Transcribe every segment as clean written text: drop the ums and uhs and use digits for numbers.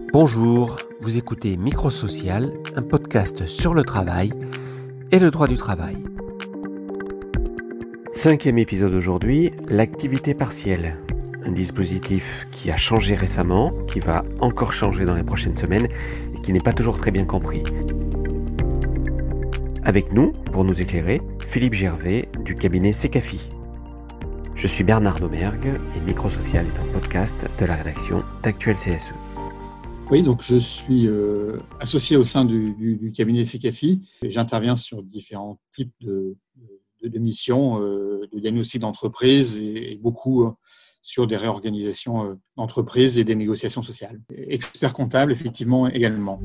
Bonjour, vous écoutez Microsocial, un podcast sur le travail et le droit du travail. 5e épisode aujourd'hui, l'activité partielle. Un dispositif qui a changé récemment, qui va encore changer dans les prochaines semaines et qui n'est pas toujours très bien compris. Avec nous, pour nous éclairer, Philippe Gervais du cabinet Secafi. Je suis Bernard Domergue et Microsocial est un podcast de la rédaction d'Actuel CSE. Oui, donc je suis associé au sein du cabinet Secafi et j'interviens sur différents types de missions, de diagnostic d'entreprise et beaucoup sur des réorganisations d'entreprise et des négociations sociales. Expert comptable, effectivement, également.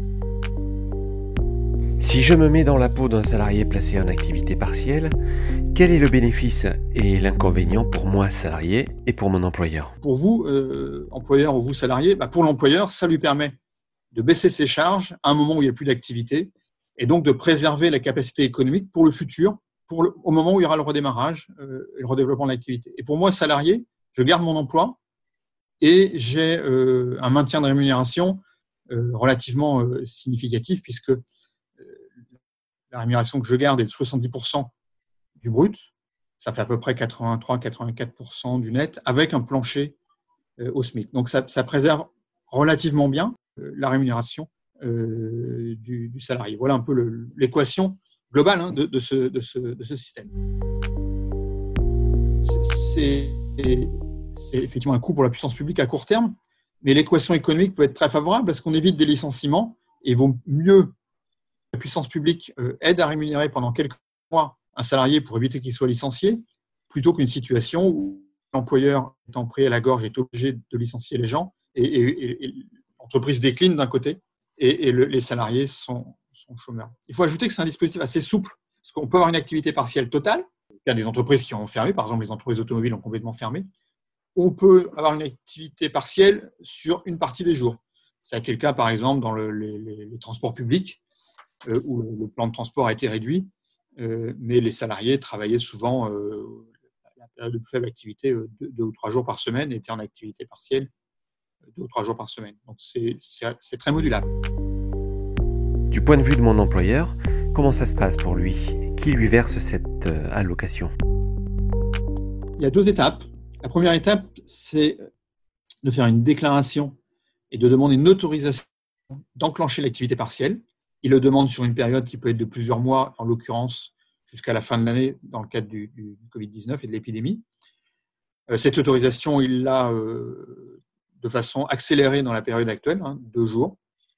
Si je me mets dans la peau d'un salarié placé en activité partielle, quel est le bénéfice et l'inconvénient pour moi, salarié, et pour mon employeur ? Pour vous, employeur ou vous, salarié, pour l'employeur, ça lui permet de baisser ses charges à un moment où il n'y a plus d'activité et donc de préserver la capacité économique pour le futur, au moment où il y aura le redémarrage et le redéveloppement de l'activité. Et pour moi, salarié, je garde mon emploi et j'ai un maintien de rémunération relativement significatif puisque la rémunération que je garde est de 70% du brut. Ça fait à peu près 83-84% du net avec un plancher au SMIC. Donc, ça préserve relativement bien la rémunération du salarié. Voilà un peu l'équation globale de ce système. C'est effectivement un coût pour la puissance publique à court terme, mais l'équation économique peut être très favorable parce qu'on évite des licenciements et il vaut mieux la puissance publique aide à rémunérer pendant quelques mois un salarié pour éviter qu'il soit licencié, plutôt qu'une situation où l'employeur, étant pris à la gorge, est obligé de licencier les gens et l'entreprise décline d'un côté et les salariés sont chômeurs. Il faut ajouter que c'est un dispositif assez souple, parce qu'on peut avoir une activité partielle totale. Il y a des entreprises qui ont fermé, par exemple les entreprises automobiles ont complètement fermé. On peut avoir une activité partielle sur une partie des jours. Ça a été le cas, par exemple, dans les transports publics, où le plan de transport a été réduit, mais les salariés travaillaient souvent la période de plus faible activité, 2 ou 3 jours par semaine, étaient en activité partielle 2 ou 3 jours par semaine. Donc c'est très modulable. Du point de vue de mon employeur, comment ça se passe pour lui ? Qui lui verse cette allocation ? Il y a 2 étapes. La première étape, c'est de faire une déclaration et de demander une autorisation d'enclencher l'activité partielle. Il le demande sur une période qui peut être de plusieurs mois, en l'occurrence jusqu'à la fin de l'année, dans le cadre du Covid-19 et de l'épidémie. Cette autorisation, il l'a de façon accélérée dans la période actuelle, 2 jours.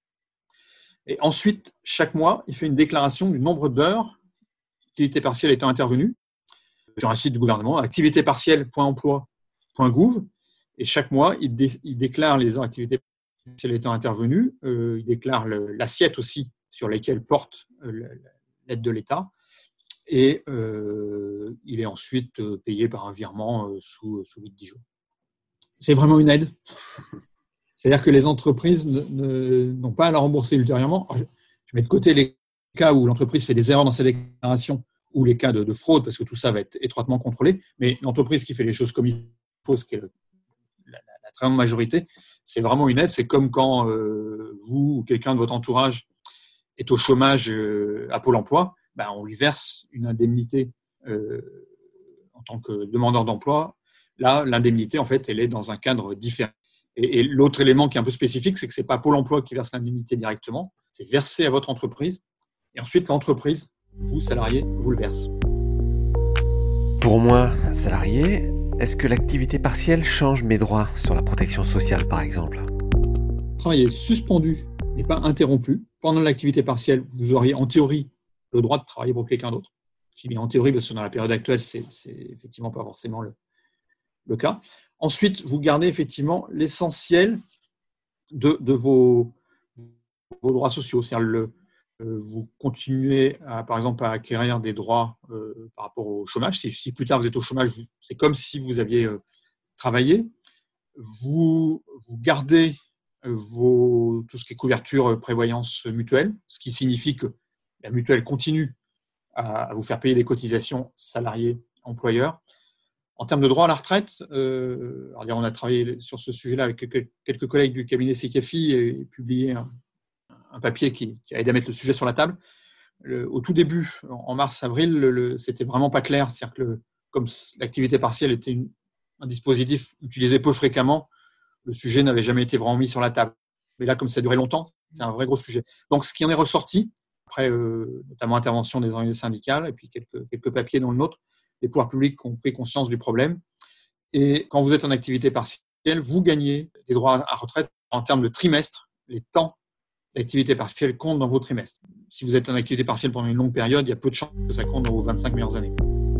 Et ensuite, chaque mois, il fait une déclaration du nombre d'heures d'activité partielle étant intervenue sur un site du gouvernement, activitépartielle.emploi.gouv. Et chaque mois, il déclare les heures d'activité partielle étant intervenues. Il déclare l'assiette aussi sur lesquelles porte l'aide de l'État. Et il est ensuite payé par un virement sous 8-10 jours. C'est vraiment une aide. C'est-à-dire que les entreprises n'ont pas à la rembourser ultérieurement. Alors, je mets de côté les cas où l'entreprise fait des erreurs dans sa déclaration ou les cas de fraude, parce que tout ça va être étroitement contrôlé. Mais l'entreprise qui fait les choses comme il faut, ce qui est la très grande majorité, c'est vraiment une aide. C'est comme quand vous ou quelqu'un de votre entourage est au chômage à Pôle emploi, on lui verse une indemnité en tant que demandeur d'emploi. Là, l'indemnité, en fait, elle est dans un cadre différent. Et l'autre élément qui est un peu spécifique, c'est que ce n'est pas Pôle emploi qui verse l'indemnité directement, c'est versé à votre entreprise. Et ensuite, l'entreprise, vous, salarié, vous le verse. Pour moi, salarié, est-ce que l'activité partielle change mes droits sur la protection sociale, par exemple ? Le travail est suspendu, mais pas interrompu. Pendant l'activité partielle, vous auriez en théorie le droit de travailler pour quelqu'un d'autre. Je dis bien en théorie parce que dans la période actuelle, c'est effectivement pas forcément le cas. Ensuite, vous gardez effectivement l'essentiel de vos droits sociaux. C'est-à-dire vous continuez, par exemple, à acquérir des droits par rapport au chômage. Si plus tard vous êtes au chômage, c'est comme si vous aviez travaillé. Vous gardez tout ce qui est couverture prévoyance mutuelle, ce qui signifie que la mutuelle continue à vous faire payer des cotisations salariés-employeurs. En termes de droit à la retraite, on a travaillé sur ce sujet-là avec quelques collègues du cabinet Secafi et publié un papier qui a aidé à mettre le sujet sur la table. Au tout début, en mars-avril, c'était vraiment pas clair. C'est-à-dire que comme l'activité partielle était un dispositif utilisé peu fréquemment, le sujet n'avait jamais été vraiment mis sur la table. Mais là, comme ça a duré longtemps, c'est un vrai gros sujet. Donc, ce qui en est ressorti, après notamment intervention des organisations syndicales et puis quelques papiers dont le nôtre, les pouvoirs publics ont pris conscience du problème. Et quand vous êtes en activité partielle, vous gagnez des droits à retraite en termes de trimestre. Les temps d'activité partielle comptent dans vos trimestres. Si vous êtes en activité partielle pendant une longue période, il y a peu de chances que ça compte dans vos 25 meilleures années.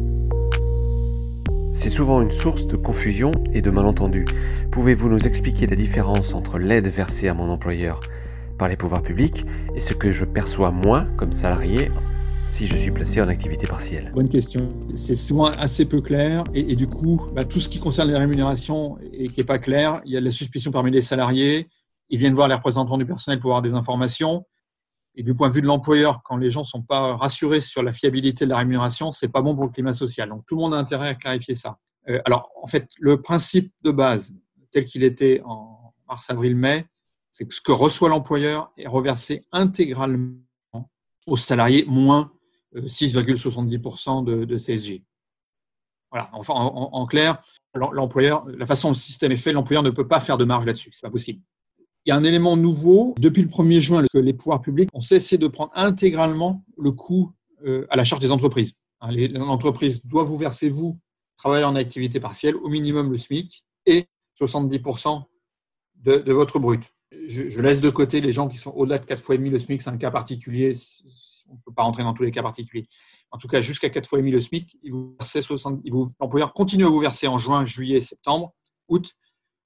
C'est souvent une source de confusion et de malentendus. Pouvez-vous nous expliquer la différence entre l'aide versée à mon employeur par les pouvoirs publics et ce que je perçois moi comme salarié si je suis placé en activité partielle? Bonne question. C'est souvent assez peu clair et du coup, tout ce qui concerne les rémunérations et qui n'est pas clair, il y a de la suspicion parmi les salariés. Ils viennent voir les représentants du personnel pour avoir des informations. Et du point de vue de l'employeur, quand les gens ne sont pas rassurés sur la fiabilité de la rémunération, ce n'est pas bon pour le climat social. Donc, tout le monde a intérêt à clarifier ça. Alors, en fait, le principe de base, tel qu'il était en mars, avril, mai, c'est que ce que reçoit l'employeur est reversé intégralement aux salariés, moins 6,70% de CSG. Voilà. Enfin, en clair, l'employeur, la façon dont le système est fait, l'employeur ne peut pas faire de marge là-dessus. Ce n'est pas possible. Il y a un élément nouveau. Depuis le 1er juin, que les pouvoirs publics ont cessé de prendre intégralement le coût à la charge des entreprises. L'entreprise doit vous verser, vous, travailleur en activité partielle, au minimum le SMIC et 70% de votre brut. Je laisse de côté les gens qui sont au-delà de 4,5 fois le SMIC, c'est un cas particulier. On ne peut pas rentrer dans tous les cas particuliers. En tout cas, jusqu'à 4,5 fois le SMIC, l'employeur continue à vous verser en juin, juillet, septembre, août,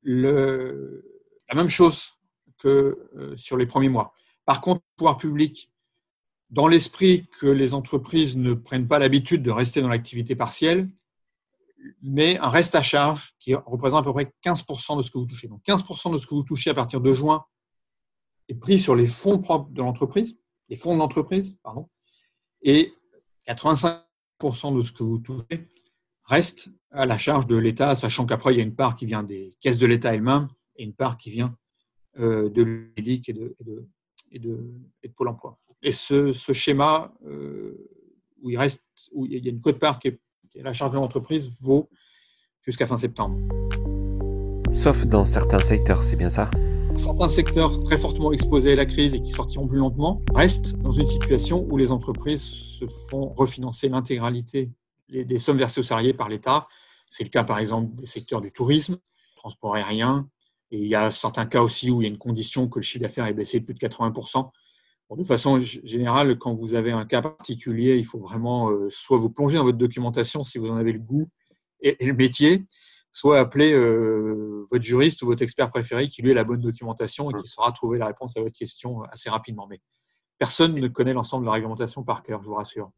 la même chose que sur les premiers mois. Par contre, le pouvoir public, dans l'esprit que les entreprises ne prennent pas l'habitude de rester dans l'activité partielle, mais un reste à charge qui représente à peu près 15% de ce que vous touchez. Donc 15% de ce que vous touchez à partir de juin est pris sur les fonds propres de l'entreprise, les fonds de l'entreprise, et 85% de ce que vous touchez reste à la charge de l'État, sachant qu'après, il y a une part qui vient des caisses de l'État elles-mêmes et une part qui vient de l'UNEDIC et de Pôle emploi. Et ce schéma où il y a une quote-part qui est à la charge de l'entreprise vaut jusqu'à fin septembre. Sauf dans certains secteurs, c'est bien ça? Certains secteurs très fortement exposés à la crise et qui sortiront plus lentement restent dans une situation où les entreprises se font refinancer l'intégralité des sommes versées aux salariés par l'État. C'est le cas par exemple des secteurs du tourisme, transport aérien, et il y a certains cas aussi où il y a une condition que le chiffre d'affaires est baissé de plus de 80%. Bon, de façon générale, quand vous avez un cas particulier, il faut vraiment soit vous plonger dans votre documentation si vous en avez le goût et le métier, soit appeler votre juriste ou votre expert préféré qui lui a la bonne documentation et qui saura trouver la réponse à votre question assez rapidement. Mais personne ne connaît l'ensemble de la réglementation par cœur, je vous rassure.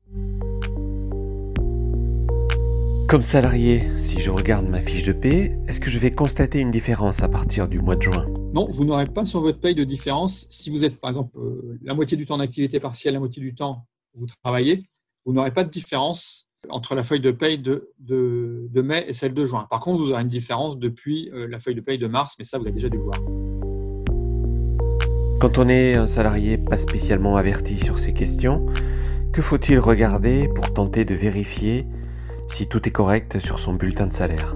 Comme salarié, si je regarde ma fiche de paie, est-ce que je vais constater une différence à partir du mois de juin? Non, vous n'aurez pas sur votre paye de différence. Si vous êtes, par exemple, la moitié du temps en activité partielle, la moitié du temps vous travaillez, vous n'aurez pas de différence entre la feuille de paye de mai et celle de juin. Par contre, vous aurez une différence depuis la feuille de paye de mars, mais ça, vous avez déjà dû le voir. Quand on est un salarié pas spécialement averti sur ces questions, que faut-il regarder pour tenter de vérifier si tout est correct sur son bulletin de salaire?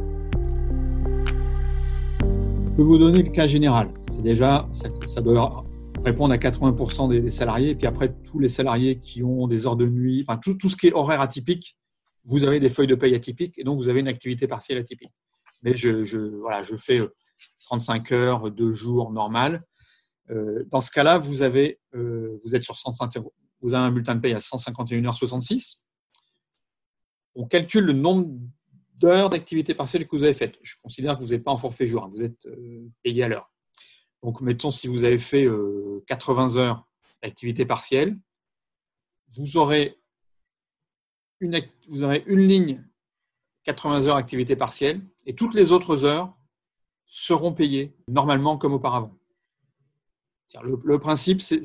Je peux vous donner le cas général. C'est déjà, ça doit répondre à 80% des salariés. Et puis après, tous les salariés qui ont des heures de nuit, enfin tout ce qui est horaire atypique, vous avez des feuilles de paye atypiques et donc vous avez une activité partielle atypique. Mais je fais 35 heures, 2 jours normal. Dans ce cas-là, vous êtes sur 150, vous avez un bulletin de paye à 151h66. On calcule le nombre d'heures d'activité partielle que vous avez faites. Je considère que vous n'êtes pas en forfait jour, vous êtes payé à l'heure. Donc, mettons, si vous avez fait 80 heures d'activité partielle, vous aurez une ligne 80 heures d'activité partielle et toutes les autres heures seront payées normalement comme auparavant. Le principe, c'est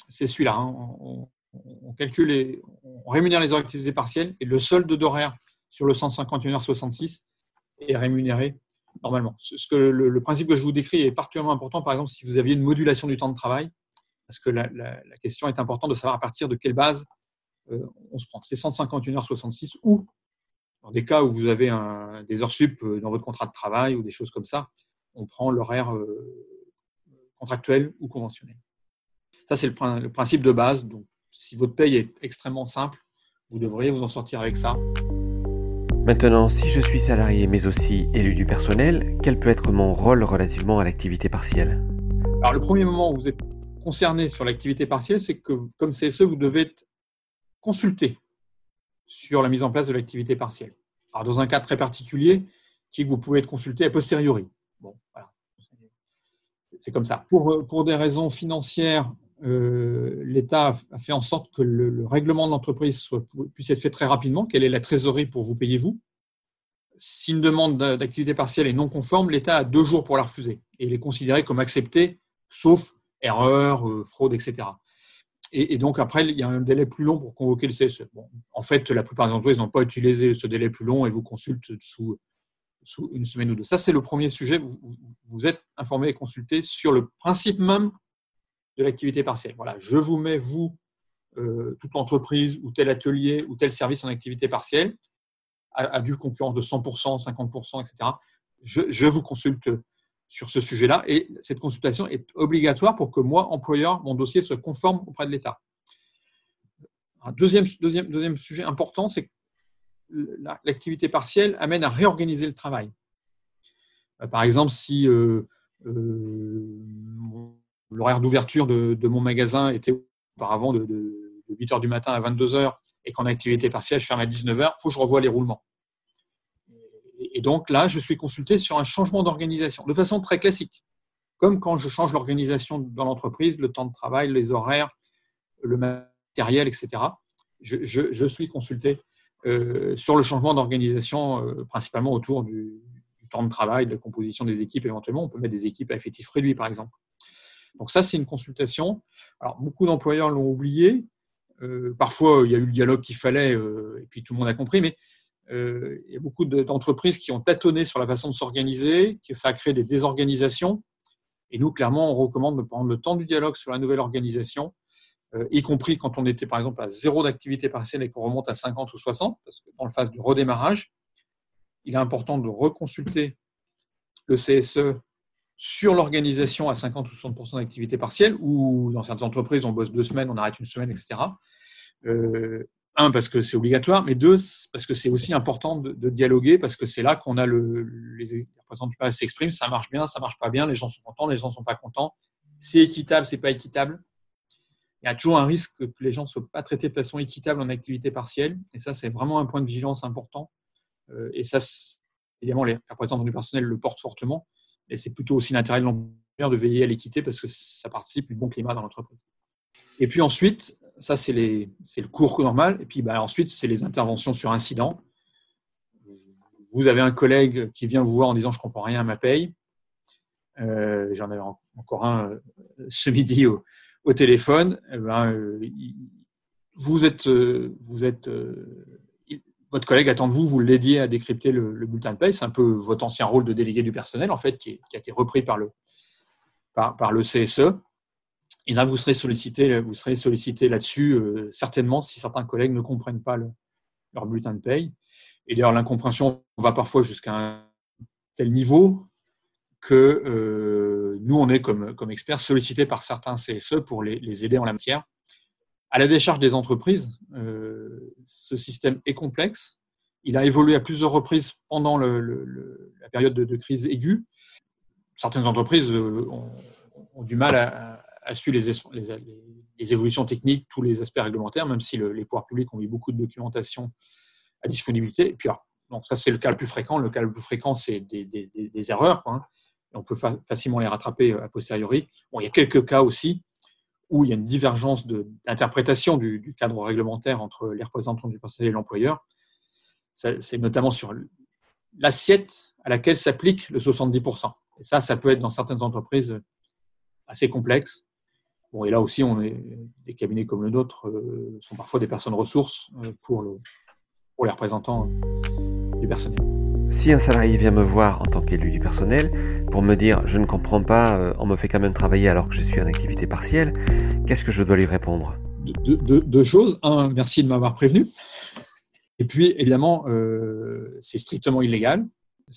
celui-là. On calcule on rémunère les heures d'activité partielle et le solde d'horaire sur le 151h66 est rémunéré normalement. Le principe que je vous décris est particulièrement important, par exemple, si vous aviez une modulation du temps de travail, parce que la question est importante de savoir à partir de quelle base on se prend. C'est 151h66 ou, dans des cas où vous avez des heures sup dans votre contrat de travail ou des choses comme ça, on prend l'horaire contractuel ou conventionnel. Ça, c'est le principe de base. Donc, si votre paye est extrêmement simple, vous devriez vous en sortir avec ça. Maintenant, si je suis salarié mais aussi élu du personnel, quel peut être mon rôle relativement à l'activité partielle ? Alors, le premier moment où vous êtes concerné sur l'activité partielle, c'est que, comme CSE, vous devez être consulté sur la mise en place de l'activité partielle. Alors, dans un cas très particulier, qui est que vous pouvez être consulté a posteriori. Bon, voilà. C'est comme ça. Pour des raisons financières, l'État a fait en sorte que le règlement de l'entreprise puisse être fait très rapidement. Quelle est la trésorerie pour vous payer vous ? Si une demande d'activité partielle est non conforme, l'État a 2 jours pour la refuser et elle est considérée comme acceptée, sauf erreur, fraude, etc. Et donc après, il y a un délai plus long pour convoquer le CSE. Bon, en fait, la plupart des entreprises n'ont pas utilisé ce délai plus long et vous consultent sous une semaine ou 2. Ça, c'est le premier sujet. Vous êtes informé et consulté sur le principe même de l'activité partielle. Voilà, je vous mets, vous, toute l'entreprise ou tel atelier ou tel service en activité partielle, à due concurrence de 100%, 50%, etc. Je vous consulte sur ce sujet-là et cette consultation est obligatoire pour que moi, employeur, mon dossier soit conforme auprès de l'État. Un deuxième sujet important, c'est que l'activité partielle amène à réorganiser le travail. Par exemple, si l'horaire d'ouverture de mon magasin était auparavant de 8h du matin à 22h et qu'en activité partielle, je ferme à 19h, il faut que je revoie les roulements. Et donc là, je suis consulté sur un changement d'organisation de façon très classique. Comme quand je change l'organisation dans l'entreprise, le temps de travail, les horaires, le matériel, etc. Je suis consulté sur le changement d'organisation, principalement autour du temps de travail, de la composition des équipes. Éventuellement, on peut mettre des équipes à effectif réduit, par exemple. Donc ça, c'est une consultation. Alors, beaucoup d'employeurs l'ont oublié. Parfois, il y a eu le dialogue qu'il fallait, et puis tout le monde a compris, mais il y a beaucoup d'entreprises qui ont tâtonné sur la façon de s'organiser, que ça a créé des désorganisations. Et nous, clairement, on recommande de prendre le temps du dialogue sur la nouvelle organisation, y compris quand on était, par exemple, à 0 d'activité partielle et qu'on remonte à 50 ou 60, parce que dans le phase du redémarrage, il est important de reconsulter le CSE sur l'organisation à 50 ou 60% d'activité partielle, ou dans certaines entreprises, on bosse 2 semaines, on arrête 1 semaine, etc. Un, parce que c'est obligatoire, mais 2, parce que c'est aussi important de dialoguer, parce que c'est là qu'on a les représentants du personnel s'expriment, ça marche bien, ça marche pas bien, les gens sont contents, les gens sont pas contents, c'est équitable, c'est pas équitable. Il y a toujours un risque que les gens ne soient pas traités de façon équitable en activité partielle, et ça, c'est vraiment un point de vigilance important. Et ça, évidemment, les représentants du personnel le portent fortement, et c'est plutôt aussi l'intérêt de l'employeur de veiller à l'équité parce que ça participe du bon climat dans l'entreprise. Et puis ensuite, ça, c'est le cours normal. Et puis ensuite, c'est les interventions sur incident. Vous avez un collègue qui vient vous voir en disant « je ne comprends rien à ma paye ». J'en avais encore un ce midi au téléphone. Votre collègue attend de vous, vous l'aidiez à décrypter le bulletin de paye. C'est un peu votre ancien rôle de délégué du personnel, en fait, qui a été repris par le CSE. Et là, vous serez sollicité là-dessus, certainement, si certains collègues ne comprennent pas leur bulletin de paye. Et d'ailleurs, l'incompréhension va parfois jusqu'à un tel niveau que nous, on est comme experts sollicités par certains CSE pour les aider en la matière. À la décharge des entreprises, ce système est complexe. Il a évolué à plusieurs reprises pendant la période de crise aiguë. Certaines entreprises ont du mal à suivre les évolutions techniques, tous les aspects réglementaires, même si les pouvoirs publics ont mis beaucoup de documentation à disponibilité. Et puis, donc ça, c'est le cas le plus fréquent. Le cas le plus fréquent, c'est des erreurs, quoi, hein. Et on peut facilement les rattraper a posteriori. Bon, il y a quelques cas aussi où il y a une divergence d'interprétation du cadre réglementaire entre les représentants du personnel et l'employeur. C'est notamment sur l'assiette à laquelle s'applique le 70%. Et ça peut être dans certaines entreprises assez complexe. Bon, et là aussi, des cabinets comme le nôtre sont parfois des personnes ressources pour pour les représentants du personnel. Si un salarié vient me voir en tant qu'élu du personnel pour me dire « je ne comprends pas, on me fait quand même travailler alors que je suis en activité partielle », qu'est-ce que je dois lui répondre ? Deux choses. Un, merci de m'avoir prévenu. Et puis, évidemment, c'est strictement illégal.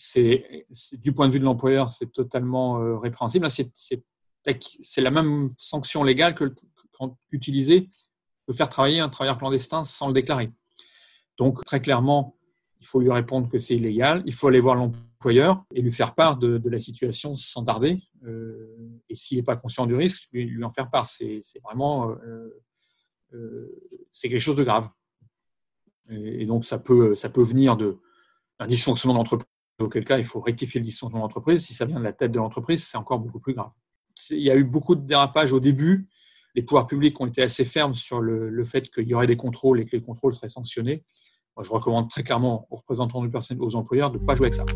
Du point de vue de l'employeur, c'est totalement répréhensible. Là, c'est la même sanction légale que quand utiliser de faire travailler un travailleur clandestin sans le déclarer. Donc, très clairement, il faut lui répondre que c'est illégal. Il faut aller voir l'employeur et lui faire part de la situation sans tarder. Et s'il n'est pas conscient du risque, lui en faire part. C'est vraiment c'est quelque chose de grave. Et donc, ça peut venir d'un dysfonctionnement de l'entreprise. Auquel cas, il faut rectifier le dysfonctionnement de l'entreprise. Si ça vient de la tête de l'entreprise, c'est encore beaucoup plus grave. Il y a eu beaucoup de dérapages au début. Les pouvoirs publics ont été assez fermes sur le fait qu'il y aurait des contrôles et que les contrôles seraient sanctionnés. Moi, je recommande très clairement aux représentants du personnel, aux employeurs, de ne pas jouer avec ça.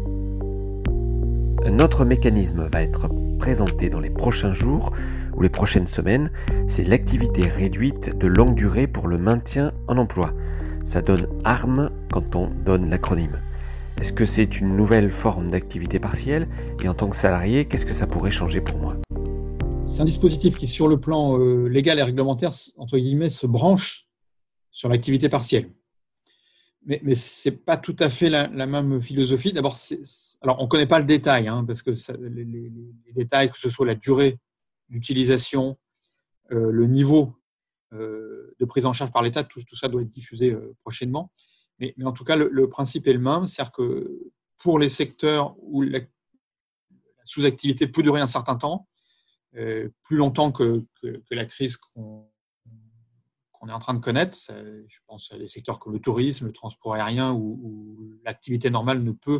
Un autre mécanisme va être présenté dans les prochains jours ou les prochaines semaines, c'est l'activité réduite de longue durée pour le maintien en emploi. Ça donne ARM quand on donne l'acronyme. Est-ce que c'est une nouvelle forme d'activité partielle ? Et en tant que salarié, qu'est-ce que ça pourrait changer pour moi ? C'est un dispositif qui, sur le plan légal et réglementaire, entre guillemets, se branche sur l'activité partielle. Mais ce n'est pas tout à fait la même philosophie. D'abord, alors on ne connaît pas le détail, parce que les détails, que ce soit la durée d'utilisation, le niveau de prise en charge par l'État, tout ça doit être diffusé prochainement. Mais en tout cas, le principe est le même, c'est-à-dire que pour les secteurs où la sous-activité peut durer un certain temps, plus longtemps que la crise qu'on est en train de connaître, je pense à des secteurs comme le tourisme, le transport aérien, où l'activité normale ne peut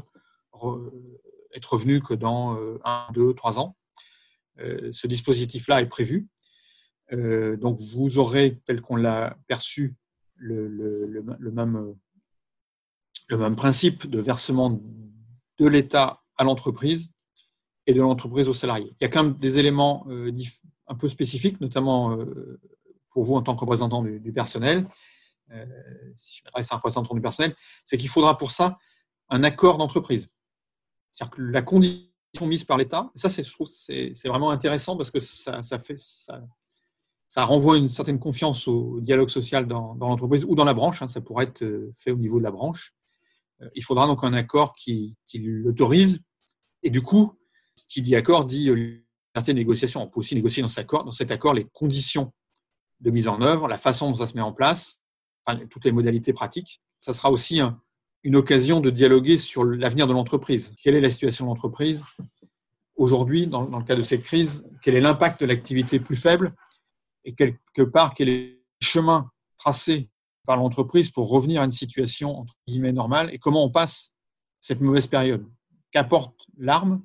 être revenue que dans 1, 2, 3 ans. Ce dispositif-là est prévu. Donc, vous aurez, tel qu'on l'a perçu, le même principe de versement de l'État à l'entreprise et de l'entreprise aux salariés. Il y a quand même des éléments un peu spécifiques, notamment pour vous en tant que représentant du personnel, si je m'adresse à un représentant du personnel, c'est qu'il faudra pour ça un accord d'entreprise. C'est-à-dire que la condition mise par l'État, ça je trouve c'est vraiment intéressant parce que ça renvoie une certaine confiance au dialogue social dans l'entreprise ou dans la branche, ça pourrait être fait au niveau de la branche. Il faudra donc un accord qui l'autorise et du coup, qui dit accord dit liberté de négociation. On peut aussi négocier dans cet accord les conditions de mise en œuvre, la façon dont ça se met en place, toutes les modalités pratiques. Ça sera aussi une occasion de dialoguer sur l'avenir de l'entreprise. Quelle est la situation de l'entreprise aujourd'hui, dans le cas de cette crise? Quel est l'impact de l'activité plus faible? Et quelque part, quel est le chemin tracé par l'entreprise pour revenir à une situation entre guillemets normale? Et comment on passe cette mauvaise période? Qu'apporte l'ARM?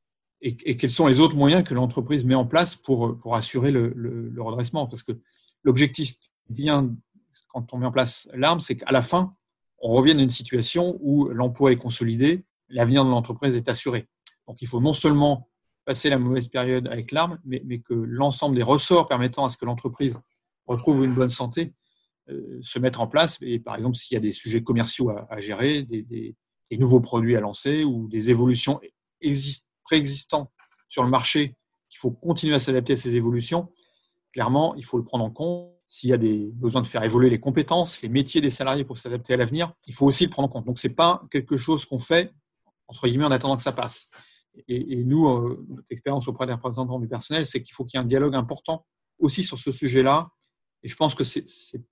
Et quels sont les autres moyens que l'entreprise met en place pour assurer le redressement? Parce que l'objectif, bien, quand on met en place l'ARM, c'est qu'à la fin, on revienne à une situation où l'emploi est consolidé, l'avenir de l'entreprise est assuré. Donc, il faut non seulement passer la mauvaise période avec l'ARM, mais que l'ensemble des ressorts permettant à ce que l'entreprise retrouve une bonne santé se mettent en place. Et par exemple, s'il y a des sujets commerciaux à gérer, des nouveaux produits à lancer ou des évolutions préexistants sur le marché, qu'il faut continuer à s'adapter à ces évolutions, clairement, il faut le prendre en compte. S'il y a des besoins de faire évoluer les compétences, les métiers des salariés pour s'adapter à l'avenir, il faut aussi le prendre en compte. Donc, ce n'est pas quelque chose qu'on fait, entre guillemets, en attendant que ça passe. Et nous, notre expérience auprès des représentants du personnel, c'est qu'il faut qu'il y ait un dialogue important aussi sur ce sujet-là. Et je pense que c'est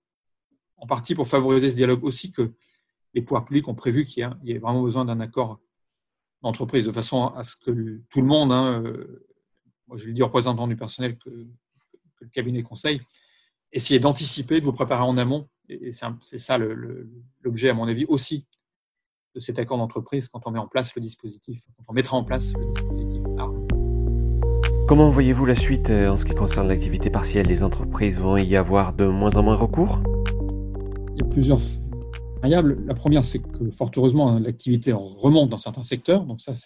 en partie pour favoriser ce dialogue aussi que les pouvoirs publics ont prévu qu'il y ait vraiment besoin d'un accord d'entreprise, de façon à ce que tout le monde, moi je le dis aux représentants du personnel que le cabinet conseille, essayer d'anticiper, de vous préparer en amont. Et c'est ça l'objet, à mon avis, aussi de cet accord d'entreprise quand on met en place le dispositif, quand on mettra en place le dispositif ARM. Comment voyez-vous la suite en ce qui concerne l'activité partielle? Les entreprises vont y avoir de moins en moins recours? Il y a plusieurs variables. La première, c'est que fort heureusement, l'activité remonte dans certains secteurs, donc ça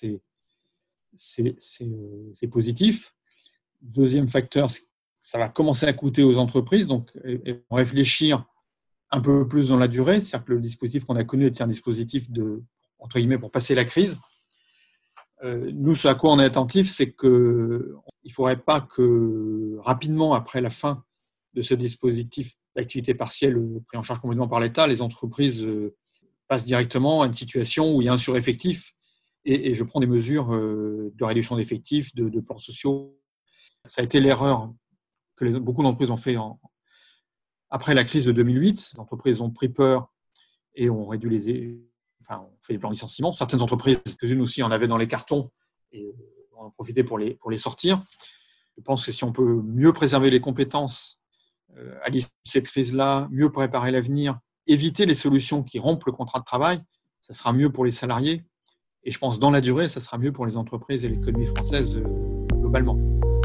c'est positif. Deuxième facteur, c'est que ça va commencer à coûter aux entreprises, donc elles vont réfléchir un peu plus dans la durée, c'est-à-dire que le dispositif qu'on a connu était un dispositif entre guillemets, pour passer la crise. Nous, ce à quoi on est attentif, c'est qu'il ne faudrait pas que rapidement après la fin de ce dispositif d'activité partielle pris en charge complètement par l'État, les entreprises passent directement à une situation où il y a un sureffectif et je prends des mesures de réduction d'effectifs, de plans sociaux. Ça a été l'erreur que beaucoup d'entreprises ont fait après la crise de 2008. Les entreprises ont pris peur et ont réduit on fait des plans de licenciement. Certaines entreprises, quelques-unes aussi, en avaient dans les cartons et on en profitait pour les sortir. Je pense que si on peut mieux préserver les compétences à l'issue de cette crise-là, mieux préparer l'avenir, éviter les solutions qui rompent le contrat de travail, ça sera mieux pour les salariés. Et je pense dans la durée, ça sera mieux pour les entreprises et l'économie française globalement.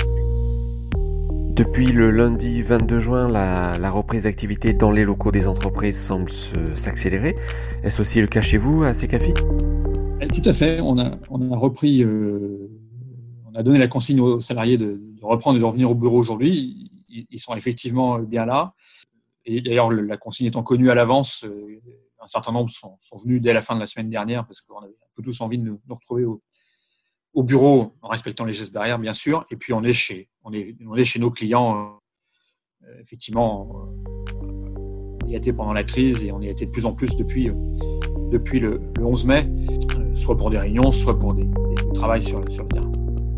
Depuis le lundi 22 juin, la reprise d'activité dans les locaux des entreprises semble s'accélérer. Est-ce aussi le cas chez vous, à Secafi ? Tout à fait. On a repris, on a donné la consigne aux salariés de reprendre et de revenir au bureau aujourd'hui. Ils sont effectivement bien là. Et d'ailleurs, la consigne étant connue à l'avance, un certain nombre sont venus dès la fin de la semaine dernière parce qu'on avait un peu tous envie de nous retrouver au bureau en respectant les gestes barrières, bien sûr. Et puis, on est chez nos clients. Effectivement, on y a été pendant la crise et on y a été de plus en plus depuis le 11 mai, soit pour des réunions, soit pour du travail sur le terrain.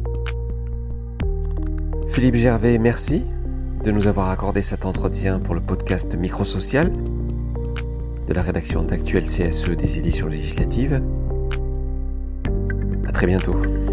Philippe Gervais, merci de nous avoir accordé cet entretien pour le podcast Microsocial de la rédaction d'Actuel CSE des éditions législatives. À très bientôt.